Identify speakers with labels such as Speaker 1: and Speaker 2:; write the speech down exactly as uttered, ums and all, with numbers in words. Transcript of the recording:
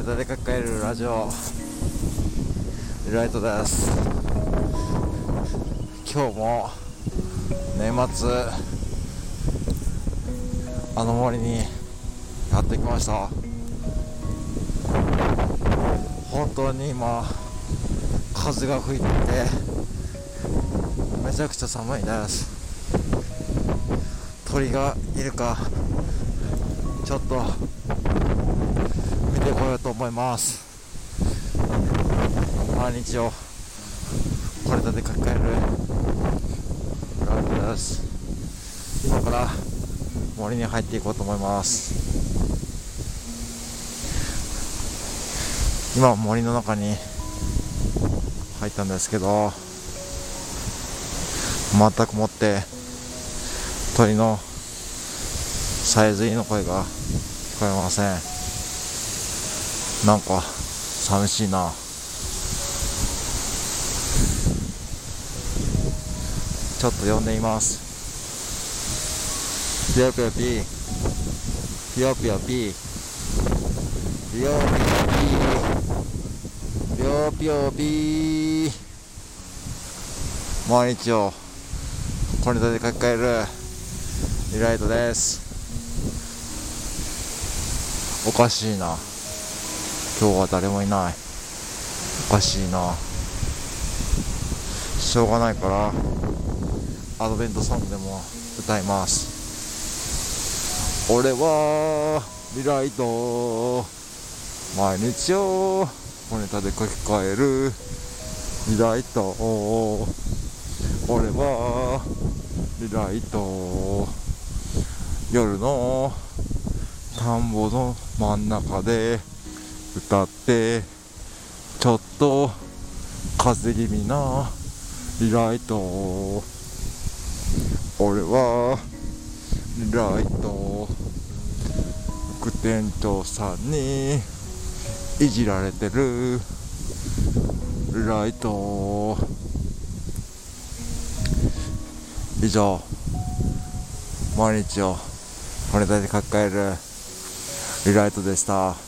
Speaker 1: タで抱えるラジオライトです。今日も年末あの森にやってきました。本当に今風が吹いててめちゃくちゃ寒いです。鳥がいるかちょっと見てこようと思います。毎日を体で抱えるライブです。今から森に入っていこうと思います。今森の中に入ったんですけど、全くもって鳥のさえずりの声が聞こえません。なんか寂しいな。ちょっと呼んでみます。ぴよぴよぴーぴよぴよぴーぴよぴよぴよぴー毎日をこれで抱えるリライトです。おかしいな、今日は誰もいない。おかしいな。しょうがないからアドベントソングでも歌います。俺はリライト、毎日を小ネタで書き換えるリライト。俺はリライト、夜の田んぼの真ん中で歌ってちょっと風邪気味なリライト。俺はリライト、副店長さんにいじられてるリライト。以上、毎日をこれだけ抱えるリライトでした。